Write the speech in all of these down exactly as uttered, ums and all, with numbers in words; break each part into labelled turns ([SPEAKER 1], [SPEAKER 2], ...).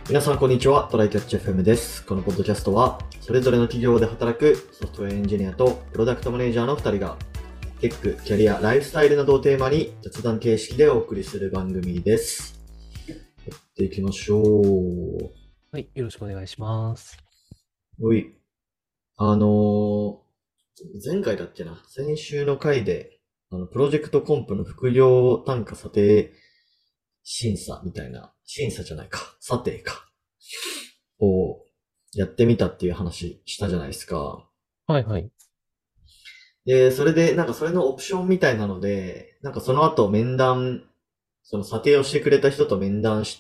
[SPEAKER 1] 皆さんこんにちは、トライキャッチ エフエム です。このポッドキャストは、それぞれの企業で働くソフトウェアエンジニアとプロダクトマネージャーのふたりが、テック、キャリア、ライフスタイルなどをテーマに雑談形式でお送りする番組です。やっていきましょう。
[SPEAKER 2] はい、よろしくお願いします。
[SPEAKER 1] おい。あのー、前回だっけな、先週の回で、あの、プロジェクトコンプの副業単価査定審査みたいな、審査じゃないか、査定か。をやってみたっていう話したじゃないですか。
[SPEAKER 2] はいはい。
[SPEAKER 1] で、それで、なんかそれのオプションみたいなので、なんかその後面談、その査定をしてくれた人と面談して、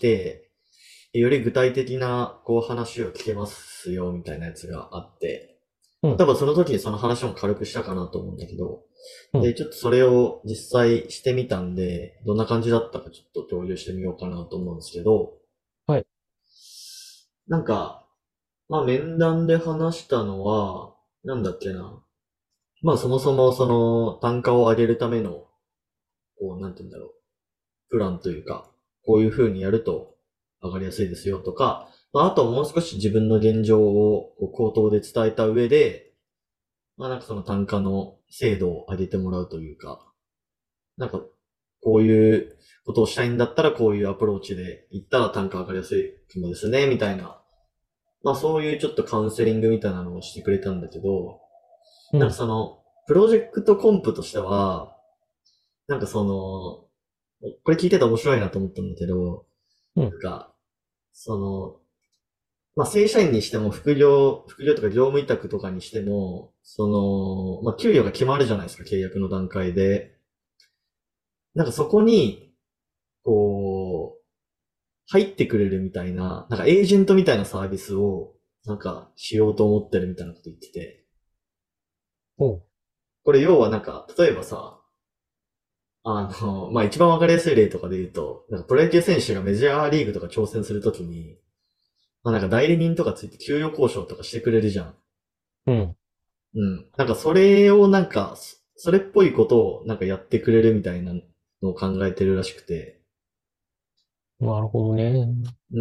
[SPEAKER 1] より具体的なこう話を聞けますよみたいなやつがあって、
[SPEAKER 2] うん、
[SPEAKER 1] 多分その時にその話も軽くしたかなと思うんだけど、
[SPEAKER 2] うん。
[SPEAKER 1] で、ちょっとそれを実際してみたんで、どんな感じだったかちょっと共有してみようかなと思うんですけど、
[SPEAKER 2] はい。
[SPEAKER 1] なんか、まあ面談で話したのは、なんだっけな。まあそもそもその単価を上げるための、こう、なんて言うんだろう。プランというか、こういう風にやると上がりやすいですよとか、まああともう少し自分の現状をこう口頭で伝えた上で、まあなんかその単価の精度を上げてもらうというか、なんかこういうことをしたいんだったらこういうアプローチで行ったら単価上がりやすいかもですね、みたいな。まあそういうちょっとカウンセリングみたいなのをしてくれたんだけど、なんか
[SPEAKER 2] うん。
[SPEAKER 1] その、プロジェクトコンプとしては、なんかその、これ聞いてて面白いなと思ったんだけど、
[SPEAKER 2] うん。
[SPEAKER 1] なんか、その、まあ、正社員にしても副業、副業とか業務委託とかにしても、その、まあ、給与が決まるじゃないですか、契約の段階で。なんかそこに、こう、入ってくれるみたいな、なんかエージェントみたいなサービスを、なんかしようと思ってるみたいなこと言ってて。
[SPEAKER 2] おう。
[SPEAKER 1] これ要はなんか、例えばさ、あの、まあ、一番わかりやすい例とかで言うと、なんかプロ野球選手がメジャーリーグとか挑戦するときに、まあ、なんか代理人とかついて給与交渉とかしてくれるじゃん。
[SPEAKER 2] うん。
[SPEAKER 1] うん。なんかそれをなんか、そそれっぽいことをなんかやってくれるみたいなのを考えてるらしくて。
[SPEAKER 2] なるほどね。
[SPEAKER 1] うん。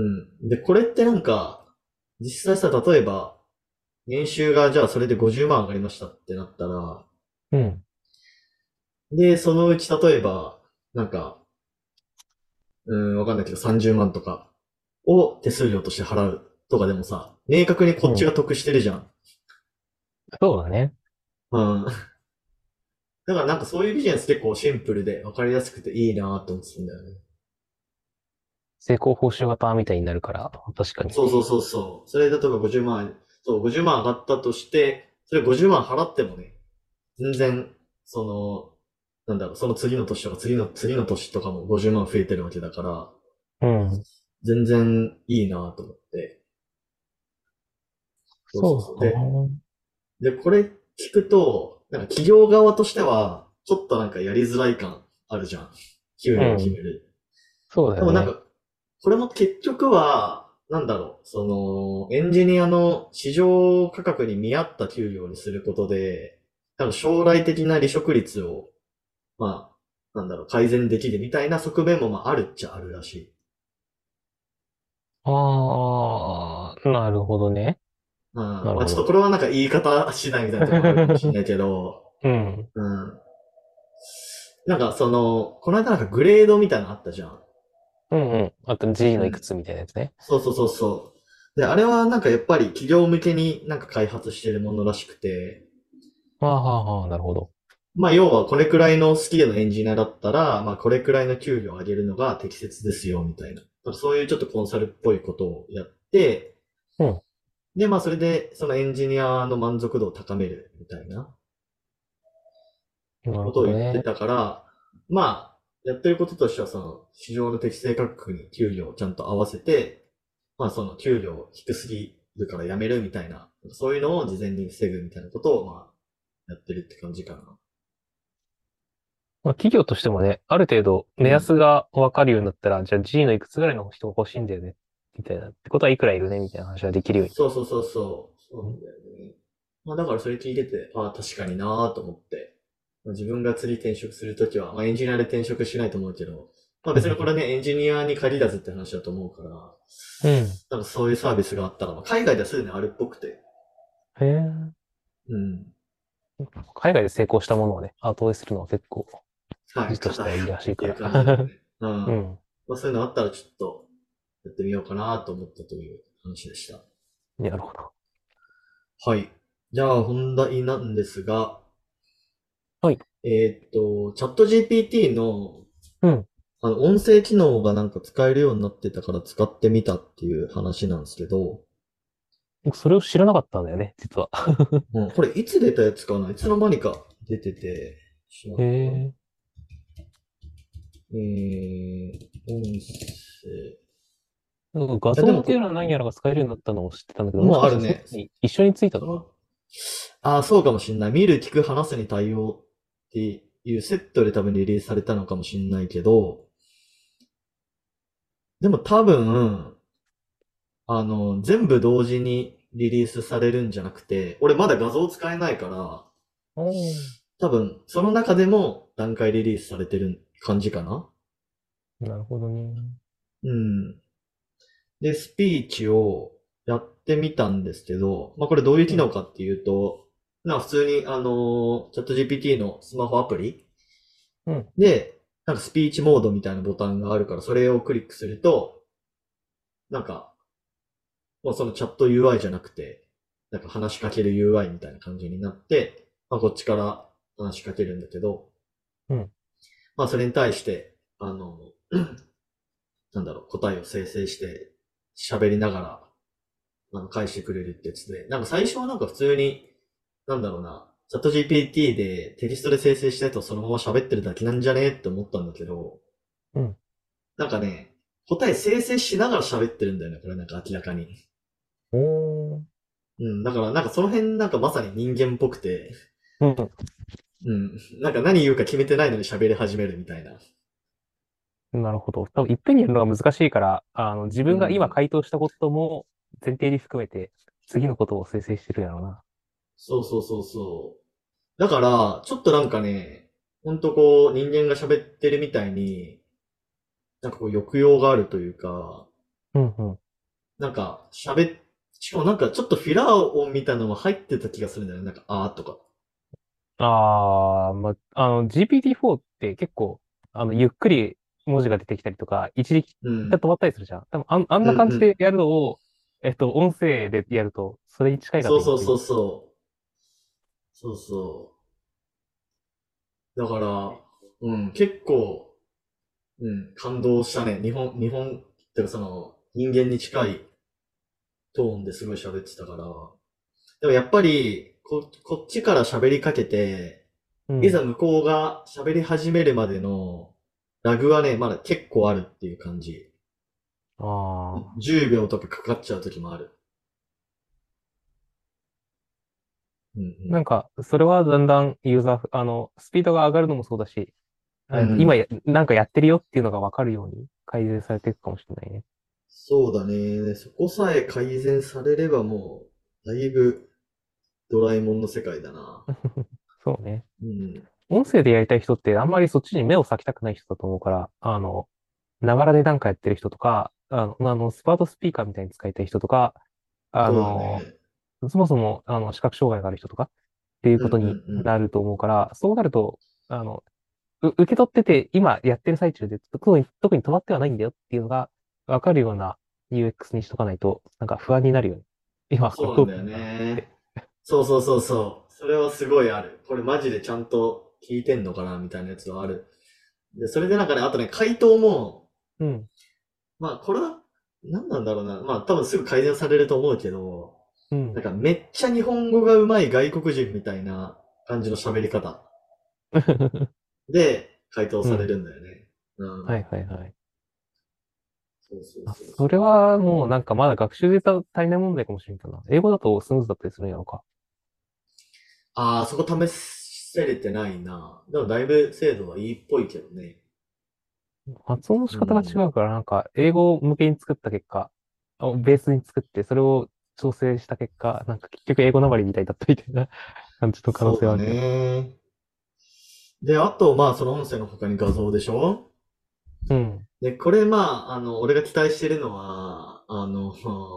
[SPEAKER 1] で、これってなんか、実際さ、例えば、年収がじゃあそれでごじゅうまん上がりましたってなったら、
[SPEAKER 2] うん。
[SPEAKER 1] で、そのうち例えば、なんか、うん、わかんないけどさんじゅうまんとかを手数料として払うとかでもさ、明確にこ
[SPEAKER 2] うん。
[SPEAKER 1] っちが得してるじゃん。
[SPEAKER 2] そうだね。
[SPEAKER 1] うん。だからなんかそういうビジネス結構シンプルで分かりやすくていいなと思ってたんだよね。
[SPEAKER 2] 成功報酬型みたいになるから、確かにね。
[SPEAKER 1] そうそうそうそう。それ例えばごじゅうまん、そう、ごじゅうまん上がったとして、それごじゅうまん払ってもね、全然、その、なんだろう、その次の年とか次の、次の年とかもごじゅうまん増えてるわけだから、
[SPEAKER 2] うん。
[SPEAKER 1] 全然いいなと思って。そうそうそう。
[SPEAKER 2] そうだ
[SPEAKER 1] で、
[SPEAKER 2] な。
[SPEAKER 1] で、これ聞くと、なんか企業側としては、ちょっとなんかやりづらい感あるじゃん。給料を決め
[SPEAKER 2] うん。
[SPEAKER 1] る。
[SPEAKER 2] そうだよね。
[SPEAKER 1] でもなんか、これも結局は、なんだろう、その、エンジニアの市場価格に見合った給料にすることで、多分将来的な離職率を、まあ、なんだろう、改善できるみたいな側面もまああるっちゃあるらしい。
[SPEAKER 2] ああ、なるほどね。
[SPEAKER 1] うん。まあちょっとこ
[SPEAKER 2] なるほど。
[SPEAKER 1] れはなんか言い方次第みたいなところあるかもしれないけど、
[SPEAKER 2] うん。
[SPEAKER 1] うん。なんかその、この間なんかグレードみたいなのあったじゃん。
[SPEAKER 2] うんうん。あと G
[SPEAKER 1] うん。
[SPEAKER 2] のいくつみたいなやつね。
[SPEAKER 1] そうそうそうそう。で、あれはなんかやっぱり企業向けになんか開発してるものらしくて、
[SPEAKER 2] ああ、はあ、はあ、なるほど。
[SPEAKER 1] まあ要はこれくらいのスキルのエンジニアだったら、まあこれくらいの給料を上げるのが適切ですよ、みたいな。そういうちょっとコンサルっぽいことをやって、
[SPEAKER 2] うん。
[SPEAKER 1] で、まあそれでそのエンジニアの満足度を高めるみたいな
[SPEAKER 2] なる
[SPEAKER 1] ことを
[SPEAKER 2] ほどね。
[SPEAKER 1] 言ってたから、まあ、やってることとしてはその市場の適正価格に給料をちゃんと合わせて、まあその給料低すぎるからやめるみたいな、そういうのを事前に防ぐみたいなことをまあやってるって感じかな。
[SPEAKER 2] まあ、企業としてもね、ある程度目
[SPEAKER 1] うん。
[SPEAKER 2] 安がわかるようになったら、じゃあ G のいくつぐらいの人が欲しいんだよね。みたいな。ってことはいくらいるねみたいな話ができるように。
[SPEAKER 1] そうそうそうそう。そう
[SPEAKER 2] うん
[SPEAKER 1] なんだよね。まあだからそれ聞いてて、ああ、確かになーと思って。まあ自分が次転職するときは、まあエンジニアで転職しないと思うけど、 まあ別にこれね、エンジニアに限らずって話だと思うから、
[SPEAKER 2] うん。
[SPEAKER 1] なんかそういうサービスがあったら、まあ、海外ではすでにあるっぽくて、
[SPEAKER 2] へえ。
[SPEAKER 1] うん。
[SPEAKER 2] 海外で成功したものをね、後追いするのは結構、
[SPEAKER 1] はい、
[SPEAKER 2] 時としてはいい
[SPEAKER 1] 硬いっていう
[SPEAKER 2] らしいから。
[SPEAKER 1] 感じだよね。うん。
[SPEAKER 2] うん。
[SPEAKER 1] まあそういうのあったらちょっとやってみようかなと思ったという話でした。
[SPEAKER 2] なるほど。
[SPEAKER 1] はい。じゃあ本題なんですが、
[SPEAKER 2] はい。
[SPEAKER 1] えーっと、チャット ジーピーティー の
[SPEAKER 2] うん。
[SPEAKER 1] あの音声機能がなんか使えるようになってたから使ってみたっていう話なんですけど、
[SPEAKER 2] 僕それを知らなかったんだよね、実は。
[SPEAKER 1] うん、これいつ出たやつかないつの間にか出てて、しま
[SPEAKER 2] へ
[SPEAKER 1] った
[SPEAKER 2] え。
[SPEAKER 1] えー、音声。
[SPEAKER 2] なんか画
[SPEAKER 1] いや、でもこ、
[SPEAKER 2] 像っていうのは何やらが使えるようになったのを知ってたんだけど、もしかしたらその
[SPEAKER 1] もうあるね。
[SPEAKER 2] 時に一緒についたのか
[SPEAKER 1] その、ああ、そうかもしんない。見る、聞く、話すに対応っていうセットで多分リリースされたのかもしんないけど、でも多分、あの、全部同時にリリースされるんじゃなくて、俺まだ画像使えないから、
[SPEAKER 2] な。おー。
[SPEAKER 1] 多分、その中でも段階リリースされてる感じかな。
[SPEAKER 2] なるほどね。
[SPEAKER 1] うん。で、スピーチをやってみたんですけど、まあこれどういう機
[SPEAKER 2] うん。
[SPEAKER 1] 能かっていうと、な普通にあの、チャット ジーピーティー のスマホアプリ
[SPEAKER 2] うん。
[SPEAKER 1] で、なんかスピーチモードみたいなボタンがあるから、それをクリックすると、なんか、もうそのチャット ユーアイ じゃなくて、なんか話しかける ユーアイ みたいな感じになって、まあこっちから話しかけるんだけど、
[SPEAKER 2] うん。
[SPEAKER 1] まあそれに対して、あの、なんだろう、答えを生成して喋りながら、あの、返してくれるってやつで、なんか最初はなんか普通に、なんだろうな、チャット ジーピーティー でテキストで生成したやつをそのまま喋ってるだけなんじゃねって思ったんだけど、
[SPEAKER 2] うん。
[SPEAKER 1] なんかね、答え生成しながら喋ってるんだよね、これなんか明らかに。
[SPEAKER 2] おー。
[SPEAKER 1] うん、だからなんかその辺なんかまさに人間っぽくて、
[SPEAKER 2] うん。
[SPEAKER 1] うん、なんか何言うか決めてないのに喋り始めるみたいな。
[SPEAKER 2] なるほど。多分、いっぺんにやるのが難しいから、あの、自分が今
[SPEAKER 1] うん、
[SPEAKER 2] 回答したことも前提に含めて、次のことを生成してるやろうな。
[SPEAKER 1] そうそうそうそう。だから、ちょっとなんかね、ほんとこう人間が喋ってるみたいに、なんかこう抑揚があるというか、
[SPEAKER 2] うんうん。
[SPEAKER 1] なんか、喋っ、しかもなんかちょっとフィラー音みたいなのも入ってた気がするんだよね。なんか、あーとか。
[SPEAKER 2] ああ、ま、あの、ジーピーティーフォー って結構、あの、ゆっくり文字が出てきたりとか、一時
[SPEAKER 1] うん。
[SPEAKER 2] 一旦止まったりするじゃん。多分あん、あん
[SPEAKER 1] うん
[SPEAKER 2] な感
[SPEAKER 1] うん。
[SPEAKER 2] じでやるのを、えっと、音声でやると、それに近いかと今、今。
[SPEAKER 1] そうそうそうそう。そうそう。だから、うん、結構、うん、感動したね。日本、日本、ってかその、人間に近いトーンですごい喋ってたから。でもやっぱり、こ、こっちから喋りかけて、
[SPEAKER 2] うん。
[SPEAKER 1] いざ向こうが喋り始めるまでのラグはね、まだ結構あるっていう感じ。
[SPEAKER 2] ああ。
[SPEAKER 1] じゅうびょうとかかかっちゃう時もある。うんうん。
[SPEAKER 2] なんか、それはだんだんユーザー、あの、スピードが上がるのもそうだし、あの今や、
[SPEAKER 1] うん。
[SPEAKER 2] なんかやってるよっていうのがわかるように改善されていくかもしれないね。
[SPEAKER 1] そうだね。そこさえ改善されればもう、だいぶドラえもんの世界だな。
[SPEAKER 2] そうね。
[SPEAKER 1] うん。
[SPEAKER 2] 音声でやりたい人ってあんまりそっちに目を割きたくない人だと思うから、あの、ながらでなんかやってる人とか、あの、あのスマートスピーカーみたいに使いたい人とか、あ
[SPEAKER 1] そうだ
[SPEAKER 2] の、
[SPEAKER 1] ね。
[SPEAKER 2] そもそも、あの、視覚障害がある人とかっていう
[SPEAKER 1] うんうん
[SPEAKER 2] ことに
[SPEAKER 1] うん。
[SPEAKER 2] なると思うから、そうなると、あの、う受け取ってて、今やってる最中で、特に、特に止まってはないんだよっていうのがわかるような ユーエックス にしとかないと、なんか不安になるよね。今これ
[SPEAKER 1] そうなんだよ
[SPEAKER 2] 通ってるかなって。
[SPEAKER 1] ね。そうそうそうそう。それはすごいある。これマジでちゃんと聞いてんのかなみたいなやつはある。で、それでなんかね、あとね、回答も、
[SPEAKER 2] うん、
[SPEAKER 1] まあこれは、何なんだろうな。まあ多分すぐ改善されると思うけど、
[SPEAKER 2] うん。
[SPEAKER 1] なんかめっちゃ日本語が上手い外国人みたいな感じの喋り方で回答され
[SPEAKER 2] うん。
[SPEAKER 1] るんだよね。うん。
[SPEAKER 2] はいはいはい。
[SPEAKER 1] そうそう
[SPEAKER 2] あ、
[SPEAKER 1] そうそう。
[SPEAKER 2] それはもうなんかまだ学習データ足りない問題かもしれんかな。英語だとスムーズだったりするんやろか。
[SPEAKER 1] ああ、そこ試せれてないな。でもだいぶ精度はいいっぽいけどね。
[SPEAKER 2] 発音の仕方が
[SPEAKER 1] うん。
[SPEAKER 2] 違うから、なんか英語向けに作った結果、あベースに作ってそれを調整した結果、なんか結局英語なまりみたいだったみたいな感じの可能
[SPEAKER 1] そうだ
[SPEAKER 2] 性はあるけど。
[SPEAKER 1] ね。で、あと、まあ、その音声の他に画像でしょ。
[SPEAKER 2] うん。
[SPEAKER 1] で、これまあ、あの、俺が期待してるのは、あの、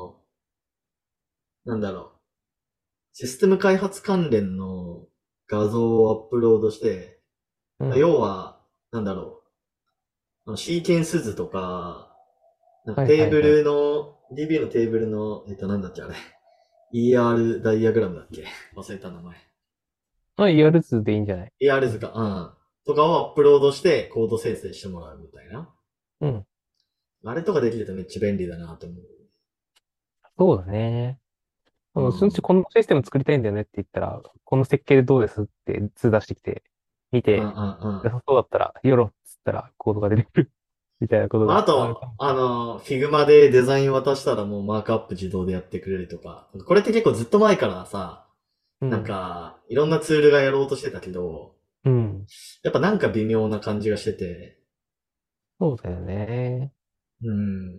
[SPEAKER 1] なんだろう。システム開発関連の画像をアップロードして、
[SPEAKER 2] うん。
[SPEAKER 1] 要は、なんだろう。あのシーケンス図とか、なんか
[SPEAKER 2] はいはいはい。
[SPEAKER 1] テーブルの、ディービー のテーブルの、えっと、なんだっけあれ。イーアール ダイアグラムだっけ忘れた名前。
[SPEAKER 2] まあ、イーアールツー でいいんじゃない？
[SPEAKER 1] イーアール
[SPEAKER 2] うん。
[SPEAKER 1] 図か、うん。とかをアップロードしてコード生成してもらうみたいな。
[SPEAKER 2] うん。
[SPEAKER 1] あれとかできるとめっちゃ便利だなと思う。
[SPEAKER 2] そうだね。あ
[SPEAKER 1] う
[SPEAKER 2] の、うち
[SPEAKER 1] ん。
[SPEAKER 2] このシステム作りたいんだよねって言ったら、この設計でどうですって図出してきて、見
[SPEAKER 1] うんうん
[SPEAKER 2] て、
[SPEAKER 1] うん。
[SPEAKER 2] 良さそうだったら、よろっつったらコードが出てくるみたいなこと
[SPEAKER 1] まあ、あ
[SPEAKER 2] があるか
[SPEAKER 1] と、
[SPEAKER 2] も。
[SPEAKER 1] あの、Figma でデザイン渡したらもうマークアップ自動でやってくれるとか。これって結構ずっと前からさ、なん
[SPEAKER 2] うん。
[SPEAKER 1] か、いろんなツールがやろうとしてたけど、
[SPEAKER 2] うん。
[SPEAKER 1] やっぱなんか微妙な感じがしてて、
[SPEAKER 2] そうだよね。
[SPEAKER 1] うん。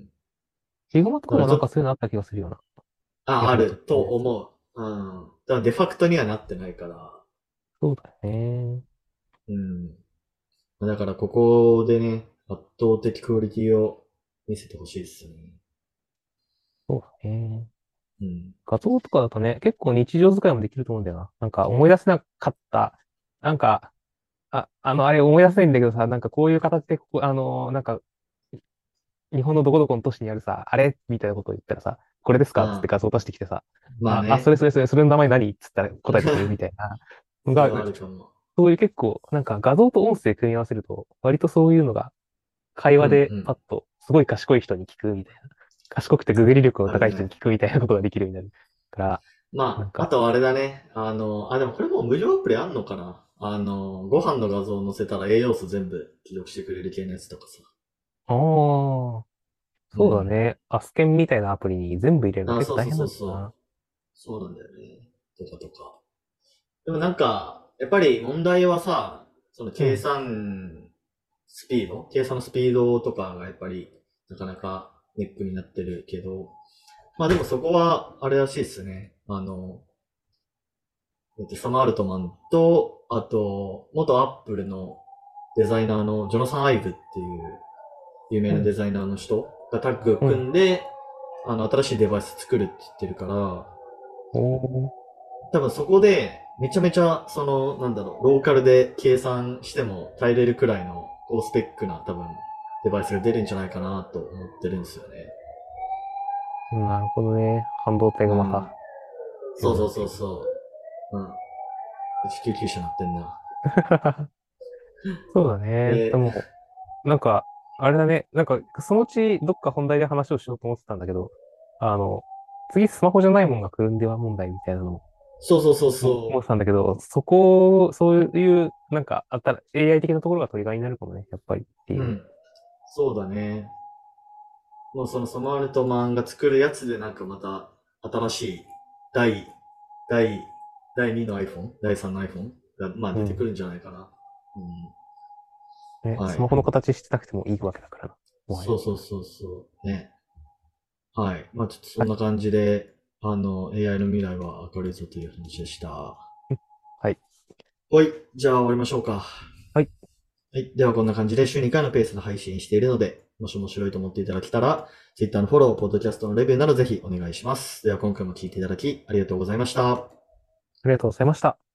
[SPEAKER 2] ヒグマとかもなんか
[SPEAKER 1] だからちょっと、
[SPEAKER 2] そういうのあった気がするような。
[SPEAKER 1] あ、あ
[SPEAKER 2] 役に立
[SPEAKER 1] ると
[SPEAKER 2] ってるやつ。
[SPEAKER 1] 思う。うん。だからデファクトにはなってないから、
[SPEAKER 2] そうだよね。
[SPEAKER 1] うん。だからここでね、圧倒的クオリティを見せてほしいですよね。
[SPEAKER 2] そうだね。
[SPEAKER 1] うん。
[SPEAKER 2] 画像とかだとね、結構日常使いもできると思うんだよな。なんか思い出せなかった。なんか、あ、あの、あれ思い出せないんだけどさ、なんかこういう形でここ、あの、なんか、日本のどこどこの都市にあるさ、あれみたいなことを言ったらさ、これですかっつって
[SPEAKER 1] あ
[SPEAKER 2] 画像出してきてさ、あ、あ、そ
[SPEAKER 1] まあね。
[SPEAKER 2] れそれそれ、それの名前何っつったら答えてくれるみたいなのが、
[SPEAKER 1] それはあるかも。
[SPEAKER 2] そういう結構、なんか画像と音声組み合わせると、割とそういうのが会話で
[SPEAKER 1] うんうん。
[SPEAKER 2] パッと、すごい賢い人に聞くみたいな。賢くてググり力の高い人に
[SPEAKER 1] あるね。
[SPEAKER 2] 聞くみたいなことができるようになるから、なん
[SPEAKER 1] まあ、あ
[SPEAKER 2] か、
[SPEAKER 1] とはあれだね。あの、あ、でもこれもう無料アプリあんのかなあの、ご飯の画像を載せたら栄養素全部記録してくれる系のやつとかさ。
[SPEAKER 2] ああ、
[SPEAKER 1] うん。
[SPEAKER 2] そうだね。アスケンみたいなアプリに全部入れるの
[SPEAKER 1] あ、そうそう
[SPEAKER 2] 結構大変
[SPEAKER 1] そうそ
[SPEAKER 2] なんだな。
[SPEAKER 1] う。そうなんだよね。とかとか。でもなんか、やっぱり問題はさ、その計
[SPEAKER 2] うん。
[SPEAKER 1] 算スピード計算のスピードとかがやっぱりなかなかネックになってるけど、まあでもそこはあれらしいっすね。あの、えっとサム・アルトマンと、あと、元アップルのデザイナーのジョナサン・アイブっていう有名
[SPEAKER 2] うん。
[SPEAKER 1] なデザイナーの人がタッグを
[SPEAKER 2] うん。
[SPEAKER 1] 組んで、あの、新しいデバイス作るって言ってるから、
[SPEAKER 2] おー。
[SPEAKER 1] 多分そこで、めちゃめちゃ、その、なんだろう、ローカルで計算しても耐えれるくらいの高スペックな多分、デバイスが出るんじゃないかなと思ってるんですよね。
[SPEAKER 2] なるほどね。半導体が
[SPEAKER 1] うん。
[SPEAKER 2] また
[SPEAKER 1] そうそう
[SPEAKER 2] 強くなっていく。
[SPEAKER 1] そうそう。うん。うち救急車鳴ってんな。
[SPEAKER 2] そうだね。で
[SPEAKER 1] で、
[SPEAKER 2] も、なんか、あれだね。なんか、そのうちどっか本題で話をしようと思ってたんだけど、あの、次スマホじゃないもんが来るんでは問題みたいなのも
[SPEAKER 1] そうそうそう
[SPEAKER 2] 思思って
[SPEAKER 1] そ
[SPEAKER 2] たんだけど、そこ、そういう、なんか、あったら エーアイ 的なところがトリガーになるかもね、やっぱりって
[SPEAKER 1] う。
[SPEAKER 2] いう。
[SPEAKER 1] うん。そうだね。もうそのサマールトマンが作るやつでなんかまた新しい第、第、第にの iPhone? 第さんの iPhone? が、まあ
[SPEAKER 2] うん。
[SPEAKER 1] 出てくるんじゃないかな。
[SPEAKER 2] ね、
[SPEAKER 1] うん。はい。
[SPEAKER 2] スマホの形してなくてもいいわけだからな。もはや。
[SPEAKER 1] そうそうそうそう。ね。はい。まあちょっとそ
[SPEAKER 2] はい。
[SPEAKER 1] んな感じで、あの、エーアイ の未来は明るいぞという話でした。は
[SPEAKER 2] はい。
[SPEAKER 1] い。じゃあ終わりましょうか。
[SPEAKER 2] はい。
[SPEAKER 1] はい。ではこんな感じで週にかいのペースで配信しているので、もし面白いと思っていただけたら、Twitter のフォロー、ポッドキャストのレビューなどぜひお願いします。では今回も聞いていただきありがとうございました。
[SPEAKER 2] ありがとうございました。